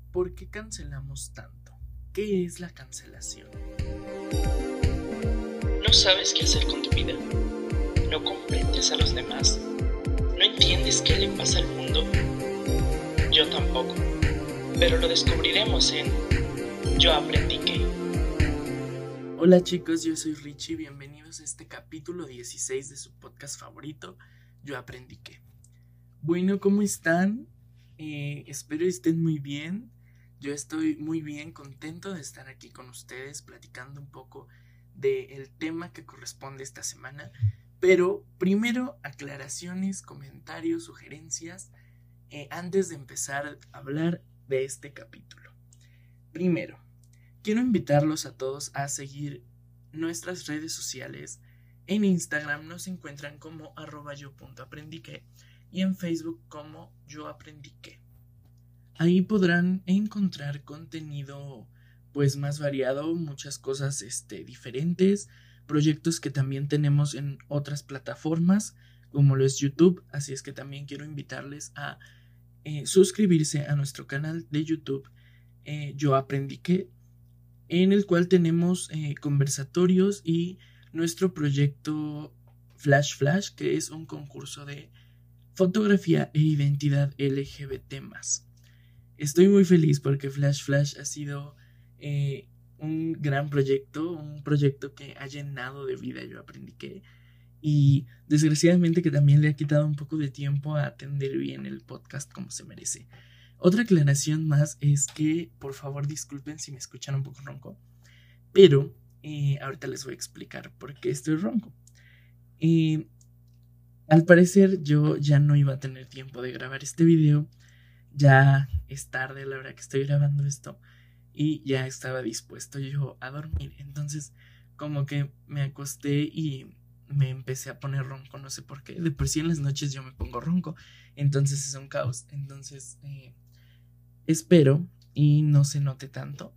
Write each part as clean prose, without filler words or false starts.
¿Por qué cancelamos tanto? ¿Qué es la cancelación? ¿No sabes qué hacer con tu vida? ¿No comprendes a los demás? ¿No entiendes qué le pasa al mundo? Yo tampoco, pero lo descubriremos en Yo Aprendí Que. Hola chicos, yo soy Richie, bienvenidos a este capítulo 16 de su podcast favorito, Yo Aprendí Que. Bueno, ¿cómo están? Espero estén muy bien. Yo estoy muy bien, contento de estar aquí con ustedes platicando un poco del tema que corresponde esta semana. Pero primero, aclaraciones, comentarios, sugerencias, antes de empezar a hablar de este capítulo. Primero, quiero invitarlos a todos a seguir nuestras redes sociales. En Instagram nos encuentran como @yo.aprendique y en Facebook como Yo Aprendí Que. Ahí podrán encontrar contenido pues más variado, muchas cosas diferentes, proyectos que también tenemos en otras plataformas como lo es YouTube, así es que también quiero invitarles a suscribirse a nuestro canal de YouTube Yo Aprendí Que, en el cual tenemos conversatorios y nuestro proyecto Flash, que es un concurso de fotografía e identidad LGBT+. Estoy muy feliz porque Flash ha sido un gran proyecto, un proyecto que ha llenado de vida Yo Aprendí Que, y desgraciadamente que también le ha quitado un poco de tiempo a atender bien el podcast como se merece. Otra aclaración más es que, por favor, disculpen si me escuchan un poco ronco, pero ahorita les voy a explicar por qué estoy ronco. Al parecer yo ya no iba a tener tiempo de grabar este video. Ya es tarde a la hora que estoy grabando esto y ya estaba dispuesto yo a dormir. Entonces como que me acosté y me empecé a poner ronco, no sé por qué. De por sí en las noches yo me pongo ronco, entonces es un caos. Entonces espero y no se note tanto.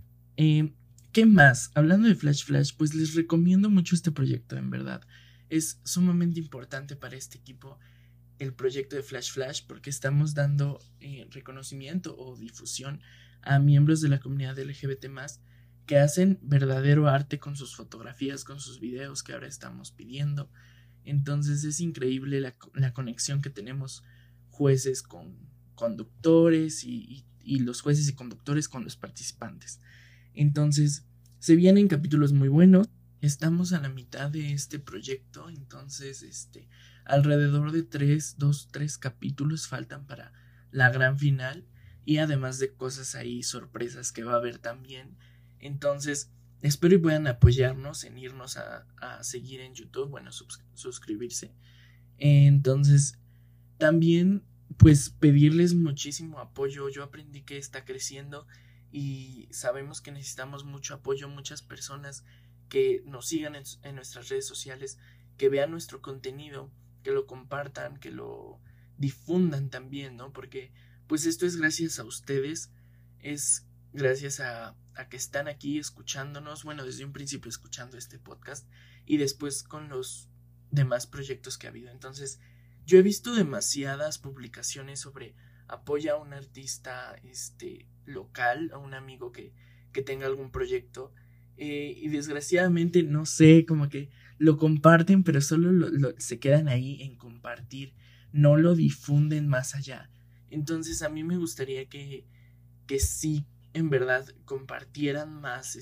¿Qué más? Hablando de Flash, pues les recomiendo mucho este proyecto, en verdad. Es sumamente importante para este equipo el proyecto de Flash porque estamos dando reconocimiento o difusión a miembros de la comunidad LGBT+, que hacen verdadero arte con sus fotografías, con sus videos que ahora estamos pidiendo. Entonces es increíble la conexión que tenemos jueces con conductores y los jueces y conductores con los participantes. Entonces se vienen capítulos muy buenos. Estamos a la mitad de este proyecto, entonces alrededor de 3 capítulos faltan para la gran final, y además de cosas ahí, sorpresas que va a haber también. Entonces espero y puedan apoyarnos en irnos a seguir en YouTube, bueno, suscribirse. Entonces también pues pedirles muchísimo apoyo. Yo aprendí que está creciendo y sabemos que necesitamos mucho apoyo, muchas personas que nos sigan en nuestras redes sociales, que vean nuestro contenido, que lo compartan, que lo difundan también, ¿no? Porque pues esto es gracias a ustedes, es gracias a que están aquí escuchándonos, bueno, desde un principio escuchando este podcast y después con los demás proyectos que ha habido. Entonces yo he visto demasiadas publicaciones sobre apoya a un artista local, a un amigo que tenga algún proyecto, y desgraciadamente no sé, como que lo comparten pero solo se quedan ahí en compartir, no lo difunden más allá. Entonces a mí me gustaría que sí, en verdad, compartieran más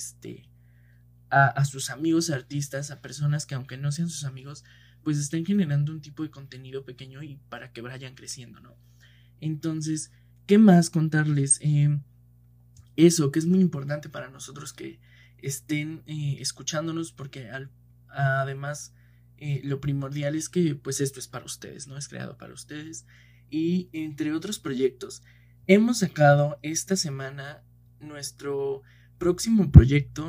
a sus amigos artistas, a personas que aunque no sean sus amigos, pues estén generando un tipo de contenido pequeño y para que vayan creciendo, ¿no? Entonces, ¿qué más contarles? Eso, que es muy importante para nosotros que estén escuchándonos, porque además lo primordial es que pues esto es para ustedes, ¿no? Es creado para ustedes. Y entre otros proyectos, hemos sacado esta semana nuestro próximo proyecto,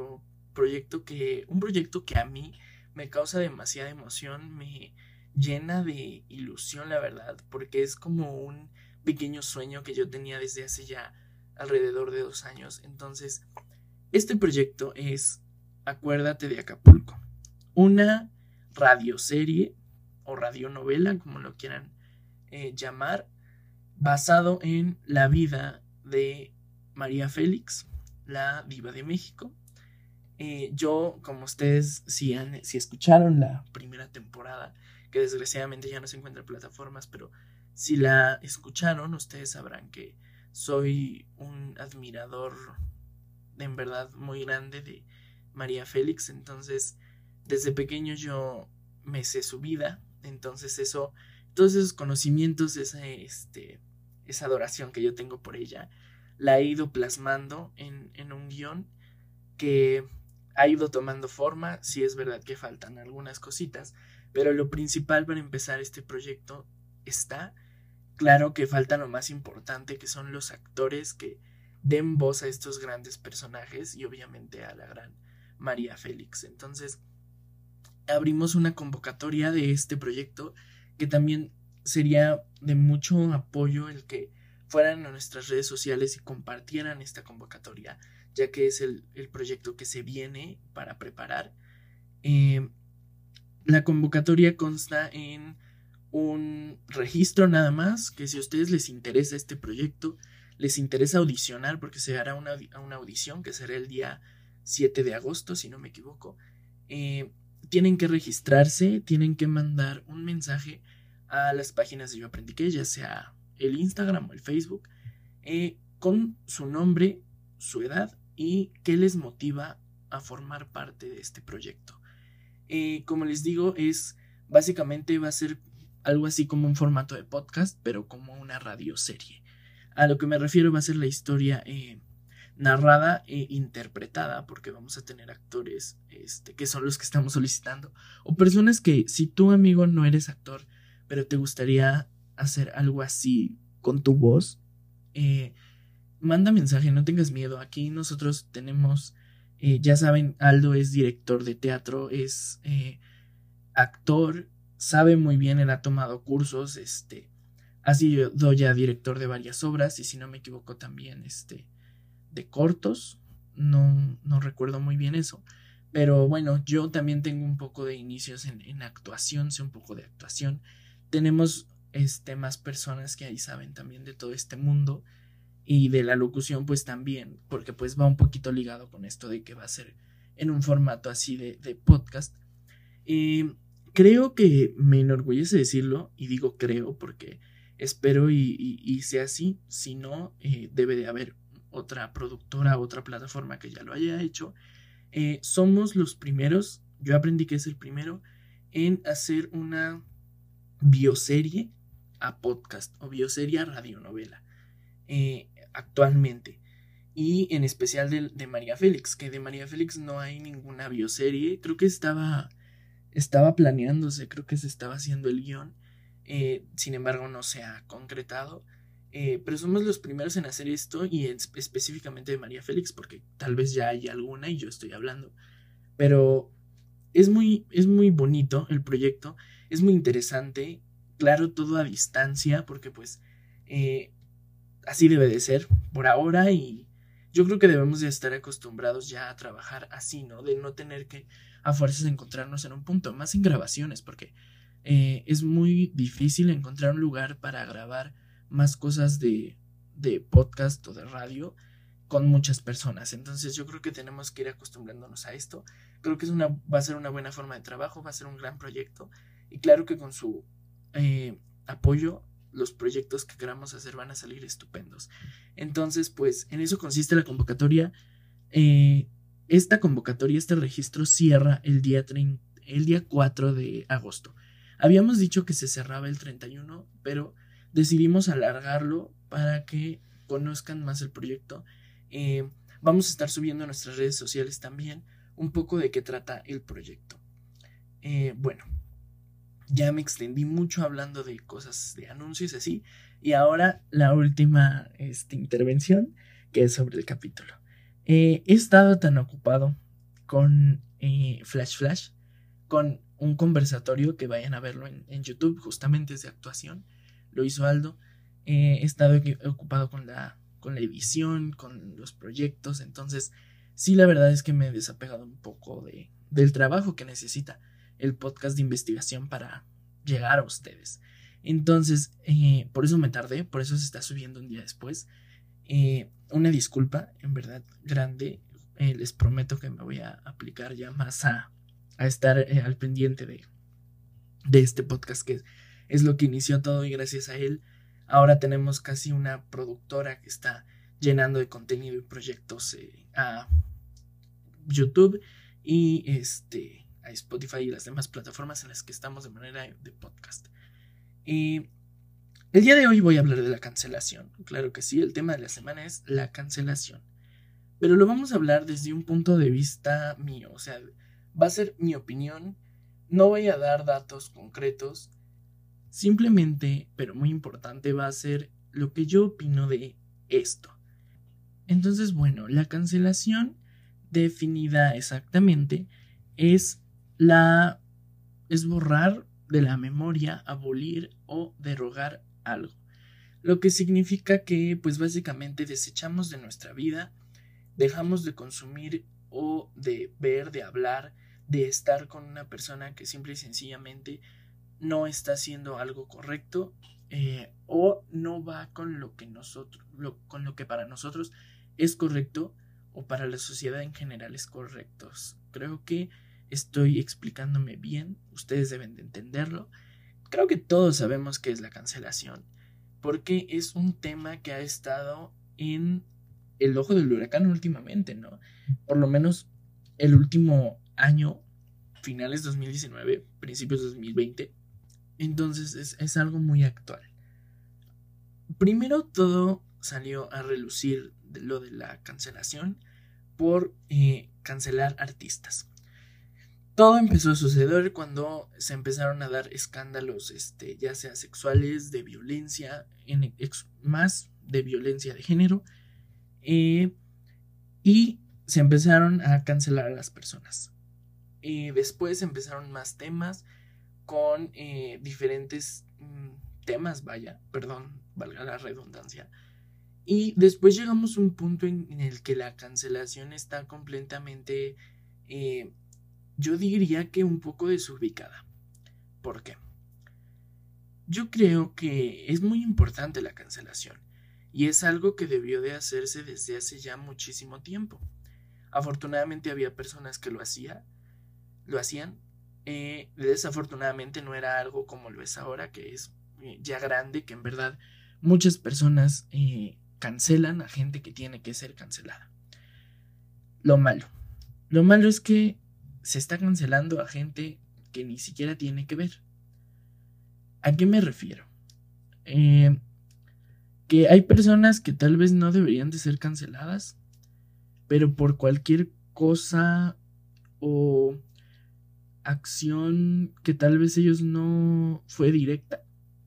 un proyecto que a mí me causa demasiada emoción, me llena de ilusión, la verdad, porque es como un pequeño sueño que yo tenía desde hace ya alrededor de 2 años. Entonces, este proyecto es Acuérdate de Acapulco, una radioserie o radionovela, como lo quieran llamar, basado en la vida de María Félix, la diva de México. Yo, como ustedes, si escucharon la primera temporada, que desgraciadamente ya no se encuentra en plataformas, pero si la escucharon, ustedes sabrán que soy un admirador en verdad muy grande de María Félix. Entonces, desde pequeño yo me sé su vida. Entonces todos esos conocimientos, esa adoración que yo tengo por ella, la he ido plasmando en un guión que ha ido tomando forma. Sí es verdad que faltan algunas cositas, pero lo principal para empezar este proyecto está. Claro que falta lo más importante, que son los actores que den voz a estos grandes personajes y obviamente a la gran María Félix. Entonces abrimos una convocatoria de este proyecto, que también sería de mucho apoyo el que fueran a nuestras redes sociales y compartieran esta convocatoria, ya que es el proyecto que se viene para preparar. La convocatoria consta en un registro nada más, que si a ustedes les interesa este proyecto, les interesa audicionar, porque se hará una audición que será el día 7 de agosto, si no me equivoco. Tienen que registrarse, tienen que mandar un mensaje a las páginas de Yo Aprendí Que, ya sea el Instagram o el Facebook, con su nombre, su edad y qué les motiva a formar parte de este proyecto. Como les digo, básicamente va a ser algo así como un formato de podcast, pero como una radioserie. A lo que me refiero va a ser la historia narrada e interpretada, porque vamos a tener actores que son los que estamos solicitando, o personas que, si tú, amigo, no eres actor, pero te gustaría hacer algo así con tu voz, manda mensaje, no tengas miedo. Aquí nosotros tenemos, ya saben, Aldo es director de teatro, es actor, sabe muy bien, él ha tomado cursos, ha sido ya director de varias obras, y si no me equivoco también de cortos, no recuerdo muy bien eso, pero bueno, yo también tengo un poco de inicios en actuación, sé un poco de actuación. Tenemos más personas que ahí saben también de todo este mundo, y de la locución pues también, porque pues va un poquito ligado con esto de que va a ser en un formato así de podcast. Creo que me enorgullece decirlo, y digo creo porque espero y sea así. Si no, debe de haber otra productora, otra plataforma que ya lo haya hecho. Somos los primeros, Yo Aprendí Que es el primero en hacer una bioserie a podcast o bioserie a radionovela actualmente, y en especial de María Félix, que de María Félix no hay ninguna bioserie. Creo que estaba planeándose, creo que se estaba haciendo el guión, sin embargo no se ha concretado, pero somos los primeros en hacer esto, y específicamente de María Félix, porque tal vez ya hay alguna y yo estoy hablando, pero es muy bonito el proyecto, es muy interesante. Claro, todo a distancia, porque pues así debe de ser por ahora, y yo creo que debemos de estar acostumbrados ya a trabajar así, ¿no? De no tener que a fuerzas encontrarnos en un punto, más en grabaciones, porque es muy difícil encontrar un lugar para grabar más cosas de podcast o de radio con muchas personas. Entonces yo creo que tenemos que ir acostumbrándonos a esto. Creo que va a ser una buena forma de trabajo, va a ser un gran proyecto, y claro que con su apoyo los proyectos que queramos hacer van a salir estupendos. Entonces pues en eso consiste la convocatoria. Esta convocatoria, este registro cierra el día 4 de agosto. Habíamos dicho que se cerraba el 31, pero decidimos alargarlo para que conozcan más el proyecto. Vamos a estar subiendo a nuestras redes sociales también un poco de qué trata el proyecto. Bueno, ya me extendí mucho hablando de cosas, de anuncios así, y ahora la última intervención, que es sobre el capítulo. He estado tan ocupado con Flash, con un conversatorio que vayan a verlo en YouTube, justamente es de actuación, lo hizo Aldo. He estado ocupado con la edición, con los proyectos. Entonces sí, la verdad es que me he desapegado un poco del trabajo que necesita el podcast de investigación para llegar a ustedes. Entonces por eso me tardé, por eso se está subiendo un día después. Una disculpa, en verdad, grande. Les prometo que me voy a aplicar ya más a estar al pendiente de este podcast, que es lo que inició todo, y gracias a él ahora tenemos casi una productora que está llenando de contenido y proyectos a YouTube y a Spotify y las demás plataformas en las que estamos de manera de podcast. El día de hoy voy a hablar de la cancelación. Claro que sí, el tema de la semana es la cancelación, pero lo vamos a hablar desde un punto de vista mío. O sea, va a ser mi opinión. No voy a dar datos concretos. Simplemente, pero muy importante, va a ser lo que yo opino de esto. Entonces, bueno, la cancelación, definida exactamente, es borrar de la memoria, abolir o derogar algo. Lo que significa que, pues básicamente desechamos de nuestra vida, dejamos de consumir o de ver, de hablar, de estar con una persona que simple y sencillamente no está haciendo algo correcto, o no va con lo que con lo que para nosotros es correcto o para la sociedad en general es correcto. Creo que estoy explicándome bien, ustedes deben de entenderlo. Creo que todos sabemos qué es la cancelación, porque es un tema que ha estado en el ojo del huracán últimamente, ¿no? Por lo menos el último año, finales 2019, principios 2020. Entonces es algo muy actual. Primero todo salió a relucir lo de la cancelación por cancelar artistas. Todo empezó a suceder cuando se empezaron a dar escándalos, ya sea sexuales, de violencia, más de violencia de género, y se empezaron a cancelar a las personas. Después empezaron más temas con diferentes temas, valga la redundancia. Y después llegamos a un punto en el que la cancelación está completamente, yo diría que un poco desubicada. ¿Por qué? Yo creo que es muy importante la cancelación y es algo que debió de hacerse desde hace ya muchísimo tiempo. Afortunadamente había personas que lo hacían. Desafortunadamente no era algo como lo es ahora, que es ya grande, que en verdad muchas personas cancelan a gente que tiene que ser cancelada. Lo malo es que se está cancelando a gente que ni siquiera tiene que ver. ¿A qué me refiero? Que hay personas que tal vez no deberían de ser canceladas, pero por cualquier cosa o acción que tal vez ellos no fue directa,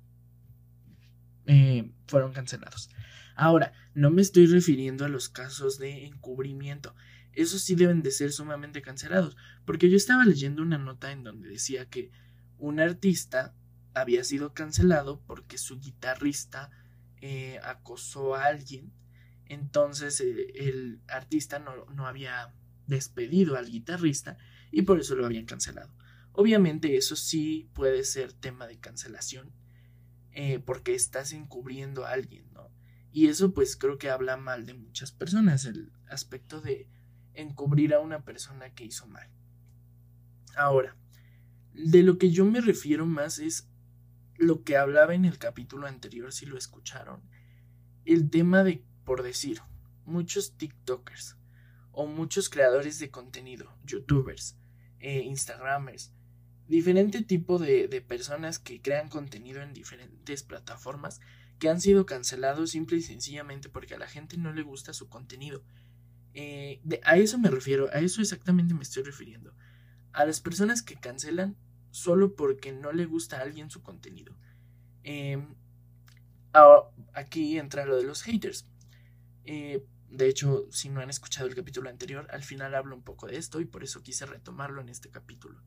fueron cancelados. Ahora, no me estoy refiriendo a los casos de encubrimiento. Esos sí deben de ser sumamente cancelados, porque yo estaba leyendo una nota en donde decía que un artista había sido cancelado porque su guitarrista acosó a alguien. Entonces el artista no había despedido al guitarrista y por eso lo habían cancelado. Obviamente eso sí puede ser tema de cancelación, porque estás encubriendo a alguien, ¿no? Y eso pues creo que habla mal de muchas personas, el aspecto de encubrir a una persona que hizo mal. Ahora, de lo que yo me refiero más es lo que hablaba en el capítulo anterior, si lo escucharon, el tema de, por decir, muchos TikTokers o muchos creadores de contenido, YouTubers, Instagramers, diferente tipo de personas que crean contenido en diferentes plataformas, que han sido cancelados simple y sencillamente porque a la gente no le gusta su contenido. A eso me refiero, a eso exactamente me estoy refiriendo. A las personas que cancelan solo porque no le gusta a alguien su contenido. Aquí entra lo de los haters. De hecho, si no han escuchado el capítulo anterior, al final hablo un poco de esto y por eso quise retomarlo en este capítulo.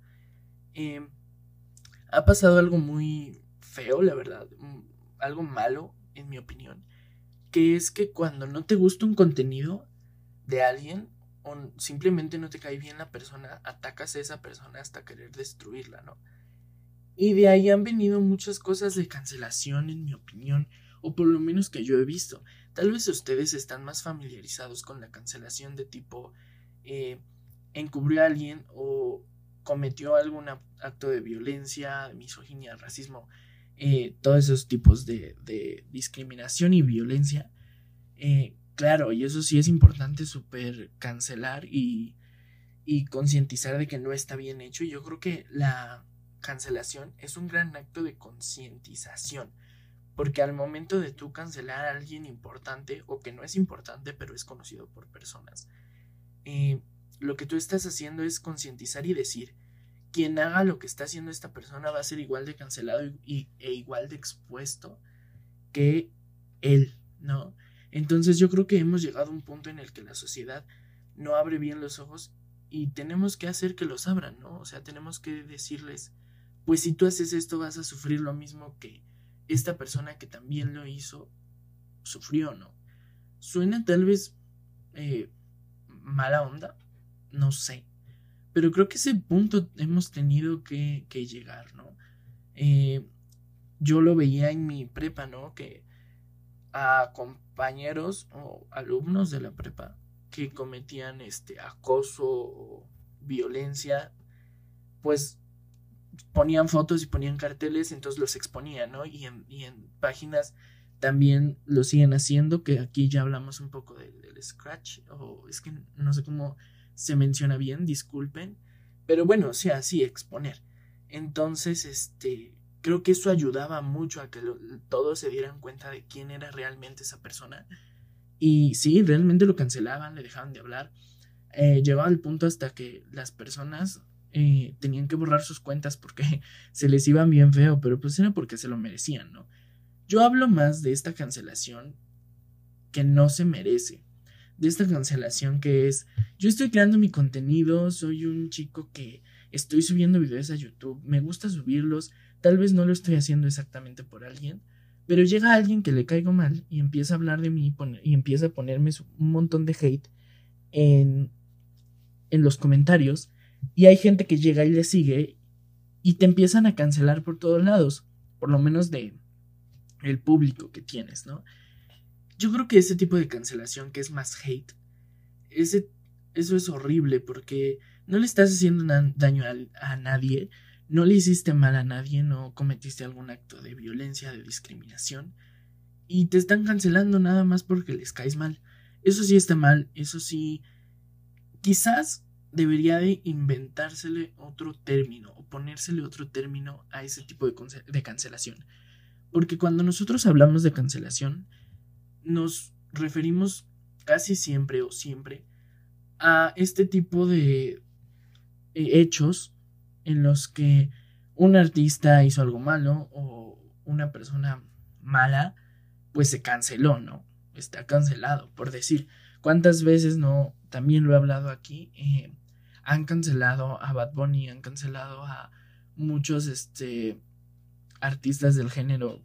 Ha pasado algo muy feo, la verdad, algo malo, en mi opinión, que es que cuando no te gusta un contenido de alguien o simplemente no te cae bien la persona, atacas a esa persona hasta querer destruirla, ¿no? Y de ahí han venido muchas cosas de cancelación, en mi opinión, o por lo menos que yo he visto. Tal vez ustedes están más familiarizados con la cancelación de tipo encubrió a alguien o cometió algún acto de violencia, de misoginia, racismo, todos esos tipos de discriminación y violencia. Claro, y eso sí es importante súper cancelar y concientizar de que no está bien hecho. Y yo creo que la cancelación es un gran acto de concientización, porque al momento de tú cancelar a alguien importante o que no es importante pero es conocido por personas, lo que tú estás haciendo es concientizar y decir, quien haga lo que está haciendo esta persona va a ser igual de cancelado e igual de expuesto que él, ¿no? Entonces yo creo que hemos llegado a un punto en el que la sociedad no abre bien los ojos y tenemos que hacer que los abran, ¿no? O sea, tenemos que decirles, pues si tú haces esto vas a sufrir lo mismo que esta persona que también lo hizo sufrió, ¿no? Suena tal vez mala onda, no sé, pero creo que ese punto hemos tenido que llegar, ¿no? Yo lo veía en mi prepa, ¿no? Que a compañeros o alumnos de la prepa que cometían acoso o violencia, pues ponían fotos y ponían carteles, entonces los exponían, ¿no? Y en páginas también lo siguen haciendo, que aquí ya hablamos un poco del scratch, o es que no sé cómo se menciona bien, disculpen, pero bueno, o sea, sí, exponer. Entonces, creo que eso ayudaba mucho a que todos se dieran cuenta de quién era realmente esa persona. Y sí, realmente lo cancelaban, le dejaban de hablar. Llegaba al punto hasta que las personas tenían que borrar sus cuentas porque se les iban bien feo, pero pues era porque se lo merecían, ¿no? Yo hablo más de esta cancelación que no se merece, de esta cancelación que es, yo estoy creando mi contenido, soy un chico que estoy subiendo videos a YouTube, me gusta subirlos, tal vez no lo estoy haciendo exactamente por alguien, pero llega alguien que le caigo mal y empieza a hablar de mí y empieza a ponerme un montón de hate en los comentarios, y hay gente que llega y le sigue y te empiezan a cancelar por todos lados, por lo menos de el público que tienes, ¿no? Yo creo que ese tipo de cancelación que es más hate, eso es horrible porque no le estás haciendo daño a nadie, no le hiciste mal a nadie, no cometiste algún acto de violencia, de discriminación, y te están cancelando nada más porque les caes mal. Eso sí está mal, eso sí, quizás debería de inventársele otro término o ponérsele otro término a ese tipo de cancelación. Porque cuando nosotros hablamos de cancelación, nos referimos casi siempre o siempre a este tipo de hechos en los que un artista hizo algo malo o una persona mala, pues se canceló, ¿no? Está cancelado, por decir. ¿Cuántas veces no? También lo he hablado aquí. Han cancelado a Bad Bunny, han cancelado a muchos artistas del género.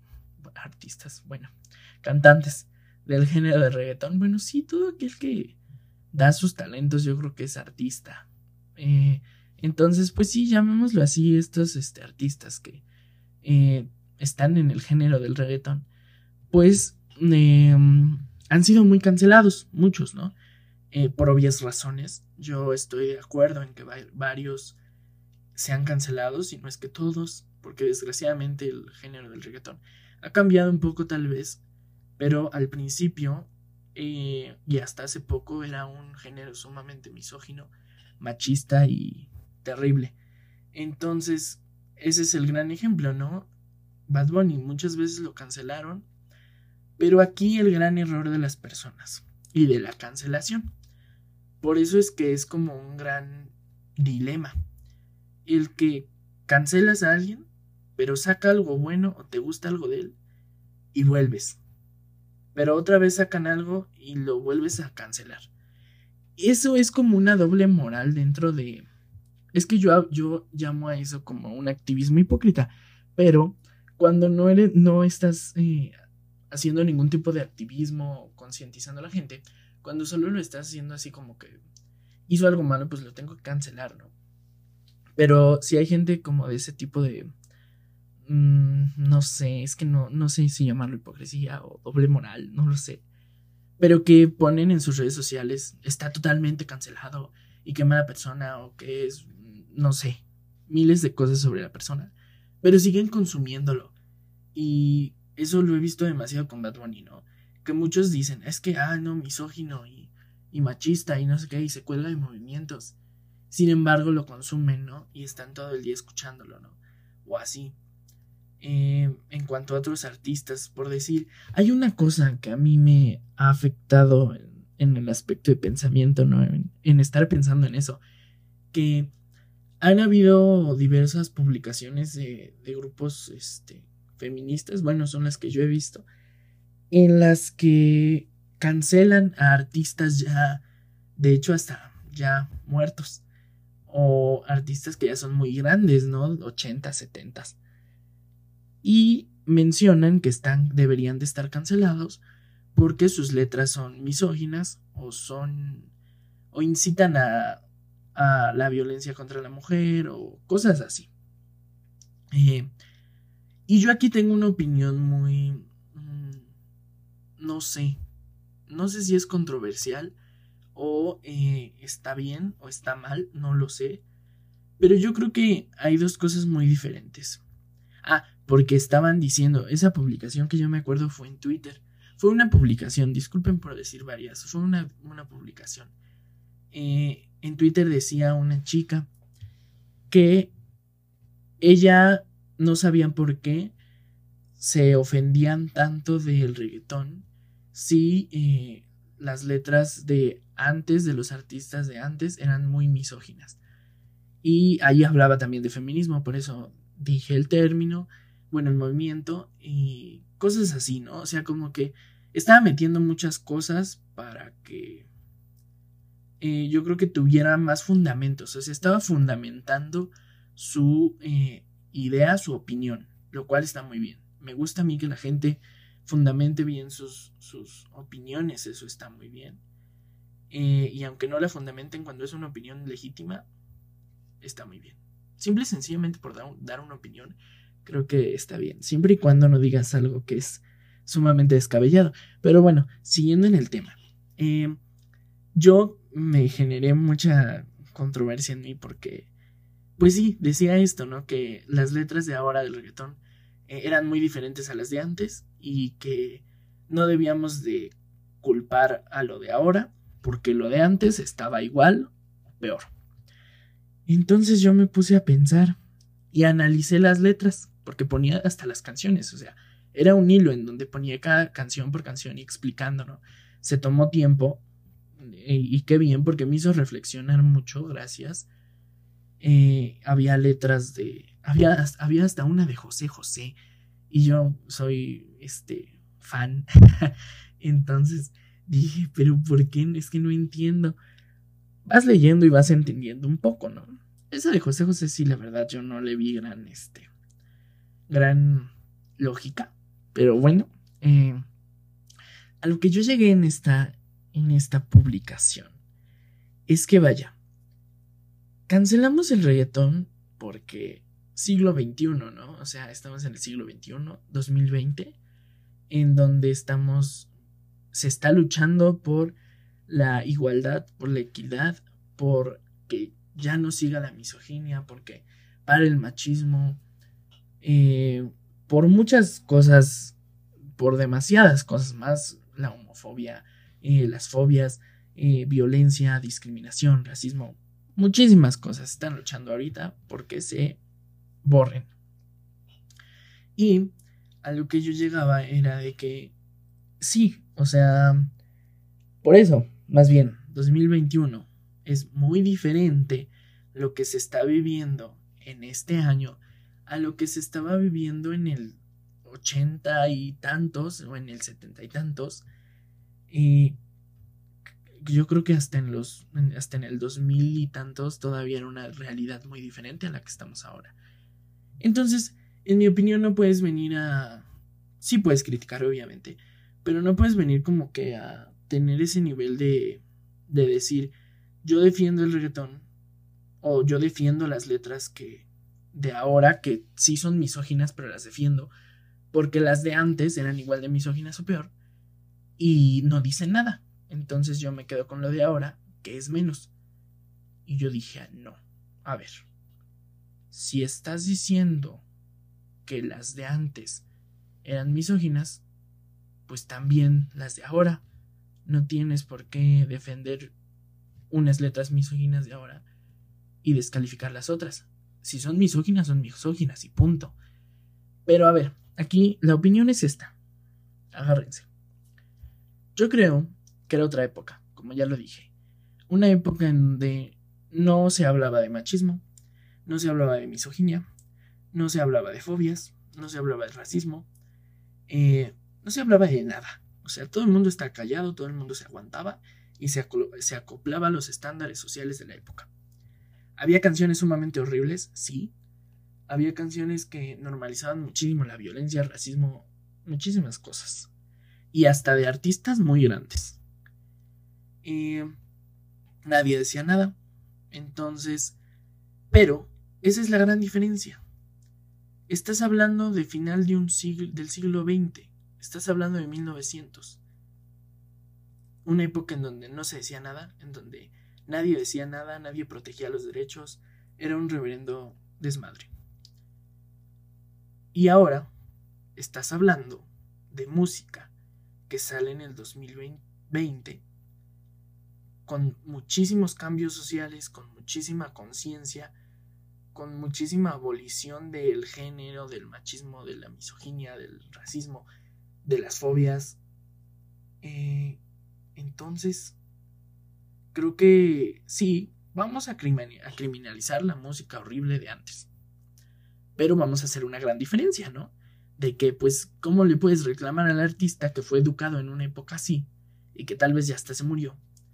Cantantes del género de reggaetón. Bueno, sí, todo aquel que da sus talentos, yo creo que es artista. Entonces, pues sí, llamémoslo así, estos artistas que están en el género del reggaetón, pues han sido muy cancelados, muchos, ¿no? Por obvias razones. Yo estoy de acuerdo en que varios sean cancelados, y no es que todos, porque desgraciadamente el género del reggaetón ha cambiado un poco tal vez, pero al principio y hasta hace poco era un género sumamente misógino, machista y terrible. Entonces, ese es el gran ejemplo, ¿no? Bad Bunny muchas veces lo cancelaron, pero aquí el gran error de las personas y de la cancelación. Por eso es que es como un gran dilema. El que cancelas a alguien, pero saca algo bueno o te gusta algo de él y vuelves. Pero otra vez sacan algo y lo vuelves a cancelar. Eso es como una doble moral dentro de... Es que yo llamo a eso como un activismo hipócrita. Pero cuando no estás haciendo ningún tipo de activismo o concientizando a la gente, cuando solo lo estás haciendo así como que hizo algo malo, pues lo tengo que cancelar, ¿no? Pero si hay gente como de ese tipo de... no sé, es que no sé si llamarlo hipocresía o doble moral, no lo sé. pero que ponen en sus redes sociales está totalmente cancelado y que mala persona o que es, no sé, miles de cosas sobre la persona, pero siguen consumiéndolo. Y eso lo he visto demasiado con Bad Bunny, ¿no? Que muchos dicen, es que, no, misógino y machista y no sé qué, y se cuelga de movimientos. Sin embargo, lo consumen, ¿no? Y están todo el día escuchándolo, ¿no? O así. En cuanto a otros artistas, por decir, hay una cosa que a mí me ha afectado en el aspecto de pensamiento, ¿no? En estar pensando en eso, que han habido diversas publicaciones de grupos feministas, bueno, son las que yo he visto, en las que cancelan a artistas ya, de hecho, hasta ya muertos, o artistas que ya son muy grandes, ¿no? 80, 70. Y mencionan que deberían de estar cancelados porque sus letras son misóginas o incitan a la violencia contra la mujer o cosas así. Y yo aquí tengo una opinión muy, no sé si es controversial o está bien o está mal, no lo sé, pero yo creo que hay dos cosas muy diferentes. Porque estaban diciendo, esa publicación que yo me acuerdo fue en Twitter. Fue una publicación, disculpen por decir varias, fue una publicación. En Twitter decía una chica que ella no sabían por qué se ofendían tanto del reggaetón si las letras de antes, de los artistas de antes, eran muy misóginas. Y ahí hablaba también de feminismo, por eso dije el término, bueno, el movimiento y cosas así, ¿no? O sea, como que estaba metiendo muchas cosas para que yo creo que tuviera más fundamentos. O sea, estaba fundamentando su idea, su opinión, lo cual está muy bien. Me gusta a mí que la gente fundamente bien sus opiniones, eso está muy bien. Y aunque no la fundamenten cuando es una opinión legítima, está muy bien. Simple y sencillamente por dar una opinión, creo que está bien. Siempre y cuando no digas algo que es sumamente descabellado. Pero bueno, siguiendo en el tema. Yo me generé mucha controversia en mí porque, pues sí, decía esto, ¿no? Que las letras de ahora del reggaetón eran muy diferentes a las de antes y que no debíamos de culpar a lo de ahora porque lo de antes estaba igual o peor. Entonces yo me puse a pensar y analicé las letras porque ponía hasta las canciones, o sea, era un hilo en donde ponía cada canción por canción y explicando, ¿no? Se tomó tiempo y qué bien porque me hizo reflexionar mucho, gracias. Había letras había hasta una de José José y yo soy fan. Entonces dije, pero ¿por qué? Es que no entiendo. Vas leyendo y vas entendiendo un poco, ¿no? Esa de José José sí, la verdad, yo no le vi gran lógica. Pero bueno, a lo que yo llegué en esta publicación es que vaya, cancelamos el reggaetón porque siglo XXI, ¿no? O sea, estamos en el siglo XXI, 2020, en donde se está luchando por la igualdad, por la equidad, por que ya no siga la misoginia, porque para el machismo, por muchas cosas, por demasiadas cosas más, la homofobia, las fobias, violencia, discriminación, racismo, muchísimas cosas están luchando ahorita porque se borren. Y a lo que yo llegaba era de que sí, o sea, por eso, más bien, 2021 es muy diferente lo que se está viviendo en este año a lo que se estaba viviendo en el 80 y tantos o en el 70 y tantos. Y yo creo que hasta en el 2000 y tantos todavía era una realidad muy diferente a la que estamos ahora. Entonces, en mi opinión, no puedes venir sí puedes criticar, obviamente, pero no puedes venir como que a tener ese nivel de decir, yo defiendo el reggaetón o yo defiendo las letras de ahora que sí son misóginas, pero las defiendo porque las de antes eran igual de misóginas o peor. y no dicen nada. Entonces yo me quedo con lo de ahora, que es menos. Y yo dije, no, a ver, si estás diciendo que las de antes eran misóginas, pues también las de ahora. No tienes por qué defender unas letras misóginas de ahora y descalificar las otras. Si son misóginas y punto. Pero a ver, aquí la opinión es esta. Agárrense. Yo creo que era otra época, como ya lo dije. Una época en donde no se hablaba de machismo, no se hablaba de misoginia, no se hablaba de fobias, no se hablaba de racismo, no se hablaba de nada. O sea, todo el mundo estaba callado, todo el mundo se aguantaba y se acoplaba a los estándares sociales de la época. Había canciones sumamente horribles, sí. Había canciones que normalizaban muchísimo la violencia, el racismo, muchísimas cosas. Y hasta de artistas muy grandes. Nadie decía nada. Entonces, pero esa es la gran diferencia. Estás hablando de final de del siglo XX. Estás hablando de 1900. Una época en donde no se decía nada, en donde nadie decía nada, nadie protegía los derechos. Era un reverendo desmadre. Y ahora estás hablando de música que sale en el 2020 con muchísimos cambios sociales, con muchísima conciencia, con muchísima abolición del género, del machismo, de la misoginia, del racismo, de las fobias. Entonces, creo que sí, vamos a criminalizar la música horrible de antes. Pero vamos a hacer una gran diferencia, ¿no? De que, pues, ¿cómo le puedes reclamar al artista que fue educado en una época así y que tal vez ya hasta se murió?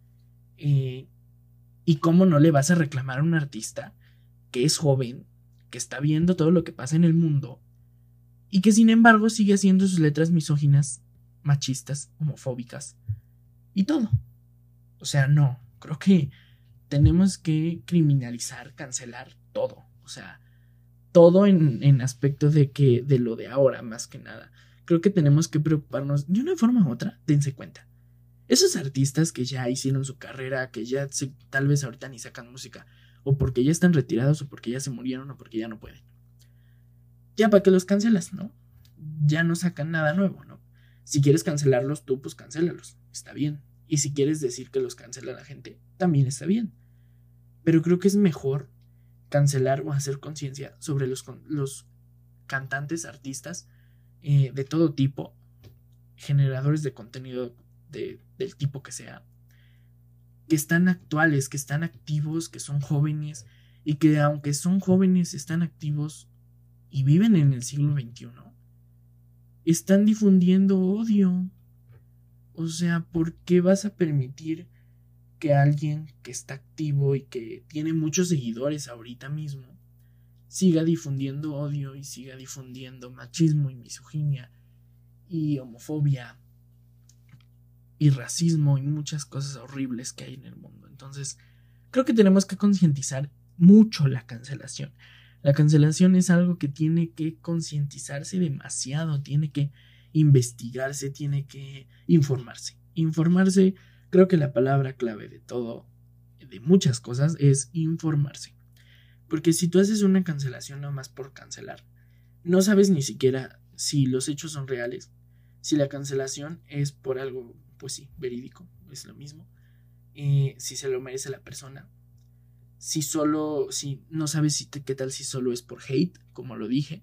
Y cómo no le vas a reclamar a un artista que es joven, que está viendo todo lo que pasa en el mundo y que sin embargo sigue haciendo sus letras misóginas, machistas, homofóbicas y todo. O sea, no, creo que tenemos que criminalizar, cancelar todo. O sea, todo en aspecto de lo de ahora, más que nada. Creo que tenemos que preocuparnos de una forma u otra. Dense cuenta. Esos artistas que ya hicieron su carrera, que ya tal vez ahorita ni sacan música, o porque ya están retirados, o porque ya se murieron, o porque ya no pueden. Ya para qué los cancelas, ¿no? Ya no sacan nada nuevo, ¿no? Si quieres cancelarlos tú, pues cancélalos. Está bien. Y si quieres decir que los cancela la gente, también está bien. Pero creo que es mejor cancelar o hacer conciencia sobre los cantantes, artistas de todo tipo, generadores de contenido del tipo que sea, que están actuales, que están activos, que son jóvenes y que aunque son jóvenes están activos y viven en el siglo XXI, están difundiendo odio. O sea, ¿por qué vas a permitir que alguien que está activo y que tiene muchos seguidores ahorita mismo siga difundiendo odio y siga difundiendo machismo y misoginia y homofobia y racismo y muchas cosas horribles que hay en el mundo? Entonces, creo que tenemos que concientizar mucho la cancelación. La cancelación es algo que tiene que concientizarse demasiado, tiene que investigarse, tiene que informarse. Informarse, creo que la palabra clave de todo, de muchas cosas, es informarse. Porque si tú haces una cancelación nomás por cancelar, no sabes ni siquiera si los hechos son reales, si la cancelación es por algo, pues sí, verídico, es lo mismo, si se lo merece la persona, si no sabes qué tal si solo es por hate, como lo dije,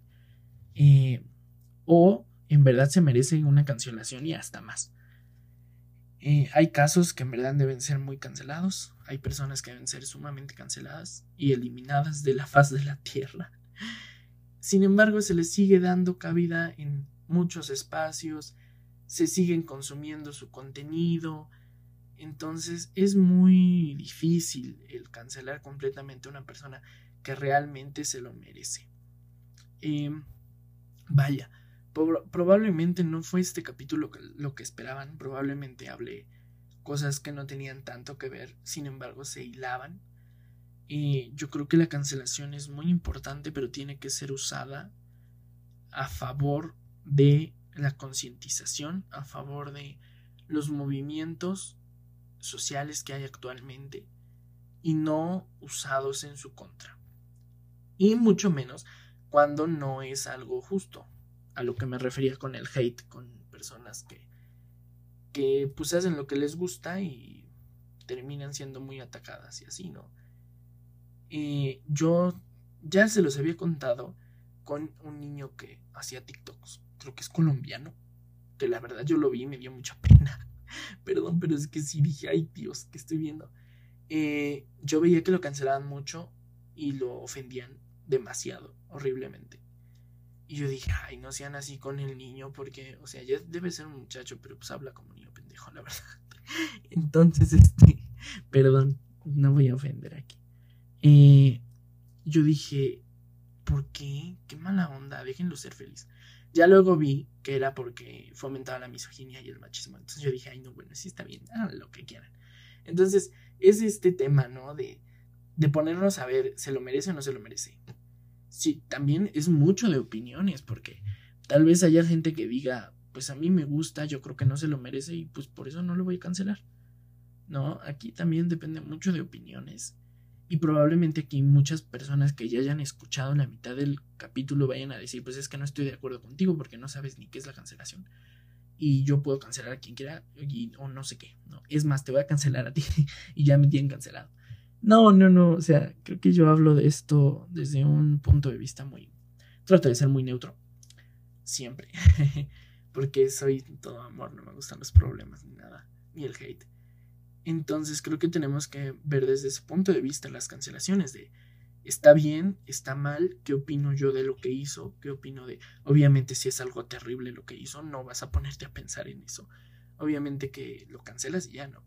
o en verdad se merece una cancelación y hasta más. Hay casos que en verdad deben ser muy cancelados, hay personas que deben ser sumamente canceladas y eliminadas de la faz de la tierra. Sin embargo, se les sigue dando cabida en muchos espacios, se siguen consumiendo su contenido. Entonces es muy difícil el cancelar completamente a una persona que realmente se lo merece. Vaya, probablemente no fue este capítulo lo que esperaban. Probablemente hablé cosas que no tenían tanto que ver, sin embargo se hilaban. Yo creo que la cancelación es muy importante, pero tiene que ser usada a favor de la concientización, a favor de los movimientos sociales que hay actualmente y no usados en su contra. Y mucho menos cuando no es algo justo. A lo que me refería con el hate, con personas que pues hacen lo que les gusta y terminan siendo muy atacadas y así, ¿no? Yo ya se los había contado con un niño que hacía TikToks, creo que es colombiano, que la verdad yo lo vi y me dio mucha pena. Perdón, pero es que sí dije, ay Dios, ¿qué estoy viendo? Yo veía que lo cancelaban mucho y lo ofendían demasiado, horriblemente. Y yo dije, ay, no sean así con el niño, porque, o sea, ya debe ser un muchacho, pero pues habla como niño pendejo, la verdad. Entonces, perdón, no voy a ofender aquí. Yo dije, ¿por qué? Qué mala onda, déjenlo ser feliz. Ya luego vi que era porque fomentaba la misoginia y el machismo. Entonces yo dije, ay, no, bueno, sí está bien, hagan lo que quieran. Entonces, es este tema, ¿no? De ponernos a ver, ¿se lo merece o no se lo merece? Sí, también es mucho de opiniones, porque tal vez haya gente que diga, pues a mí me gusta, yo creo que no se lo merece y pues por eso no lo voy a cancelar. No, aquí también depende mucho de opiniones. Y probablemente aquí muchas personas que ya hayan escuchado la mitad del capítulo vayan a decir, pues es que no estoy de acuerdo contigo porque no sabes ni qué es la cancelación. Y yo puedo cancelar a quien quiera o no sé qué. No, es más, te voy a cancelar a ti y ya me tienen cancelado. No, o sea, creo que yo hablo de esto desde un punto de vista trato de ser muy neutro, siempre, porque soy todo amor, no me gustan los problemas ni nada, ni el hate. Entonces creo que tenemos que ver desde ese punto de vista las cancelaciones de está bien, está mal, qué opino yo de lo que hizo, qué opino de, obviamente si es algo terrible lo que hizo, no vas a ponerte a pensar en eso, obviamente que lo cancelas y ya no.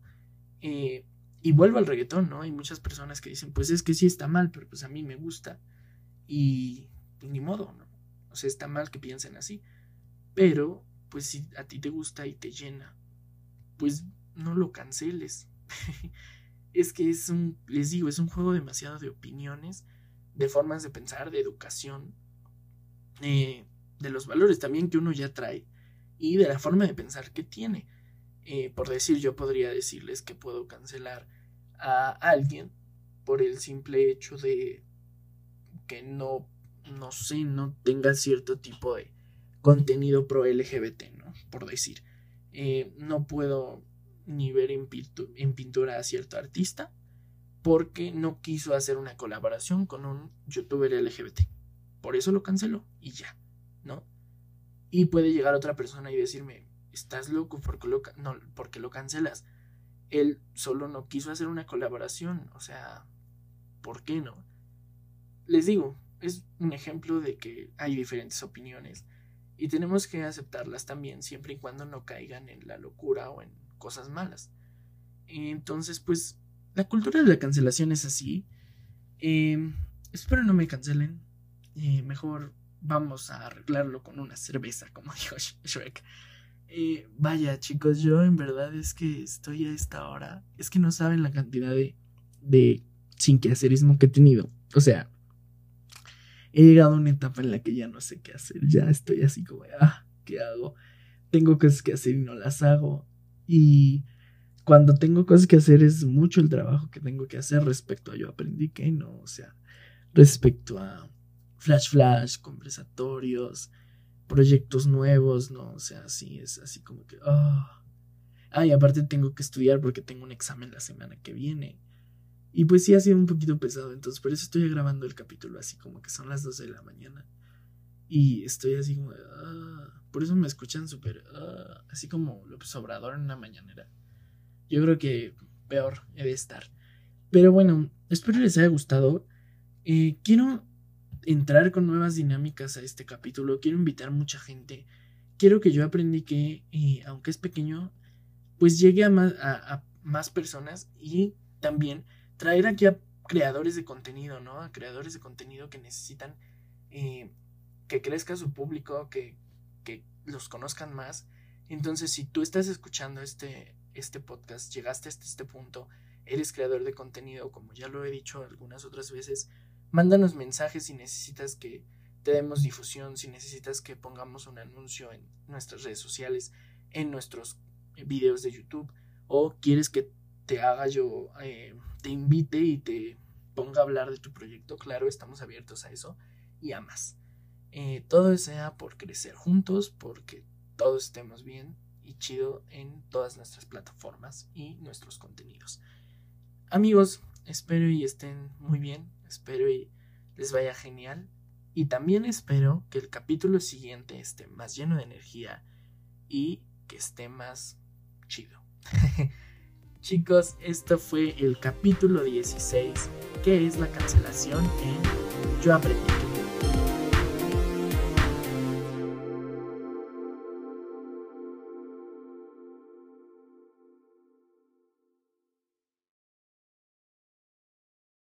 Y vuelvo al reggaetón, ¿no? Hay muchas personas que dicen, pues es que sí está mal, pero pues a mí me gusta. Y pues ni modo, ¿no? O sea, está mal que piensen así. Pero, pues si a ti te gusta y te llena, pues no lo canceles. Es que les digo, es un juego demasiado de opiniones, de formas de pensar, de educación, de los valores también que uno ya trae y de la forma de pensar que tiene. Por decir, yo podría decirles que puedo cancelar a alguien por el simple hecho de que no tenga cierto tipo de contenido pro LGBT, ¿no? Por decir, no puedo ni ver en pintura a cierto artista porque no quiso hacer una colaboración con un youtuber LGBT. Por eso lo canceló y ya, ¿no? Y puede llegar otra persona y decirme, ¿estás loco? Porque lo cancelas. Él solo no quiso hacer una colaboración. O sea, ¿por qué no? Les digo, es un ejemplo de que hay diferentes opiniones y tenemos que aceptarlas también siempre y cuando no caigan en la locura o en cosas malas. Entonces, pues, la cultura de la cancelación es así. Espero no me cancelen. Mejor vamos a arreglarlo con una cerveza, como dijo Shrek. Vaya chicos, yo en verdad es que estoy a esta hora. Es que no saben la cantidad de sin quehacerismo que he tenido. O sea, he llegado a una etapa en la que ya no sé qué hacer. Ya estoy así como, ¿qué hago? Tengo cosas que hacer y no las hago. Y cuando tengo cosas que hacer es mucho el trabajo que tengo que hacer respecto a yo aprendí que no, o sea, respecto a flash, conversatorios, proyectos nuevos, ¿no? O sea, sí, es así como que... y aparte tengo que estudiar porque tengo un examen la semana que viene. Y pues sí ha sido un poquito pesado, entonces por eso estoy grabando el capítulo así como que son las 12 de la mañana. Y estoy así como... por eso me escuchan súper... así como López Obrador en una mañanera. Yo creo que peor he de estar. Pero bueno, espero les haya gustado. Quiero entrar con nuevas dinámicas a este capítulo. Quiero invitar mucha gente. Quiero que yo aprendí que, aunque es pequeño, pues llegue a más personas. Y también traer aquí a creadores de contenido, ¿no? A creadores de contenido que necesitan que crezca su público, que los conozcan más. Entonces, si tú estás escuchando este podcast, llegaste hasta este punto, eres creador de contenido, como ya lo he dicho algunas otras veces, mándanos mensajes si necesitas que te demos difusión, si necesitas que pongamos un anuncio en nuestras redes sociales, en nuestros videos de YouTube, o quieres que te haga yo, te invite y te ponga a hablar de tu proyecto, claro, estamos abiertos a eso y a más. Todo sea por crecer juntos, porque todos estemos bien y chido en todas nuestras plataformas y nuestros contenidos. Amigos, espero y estén muy bien, espero y les vaya genial, y también espero que el capítulo siguiente esté más lleno de energía y que esté más chido. Chicos, esto fue el capítulo 16, que es la cancelación en Yo Aprendí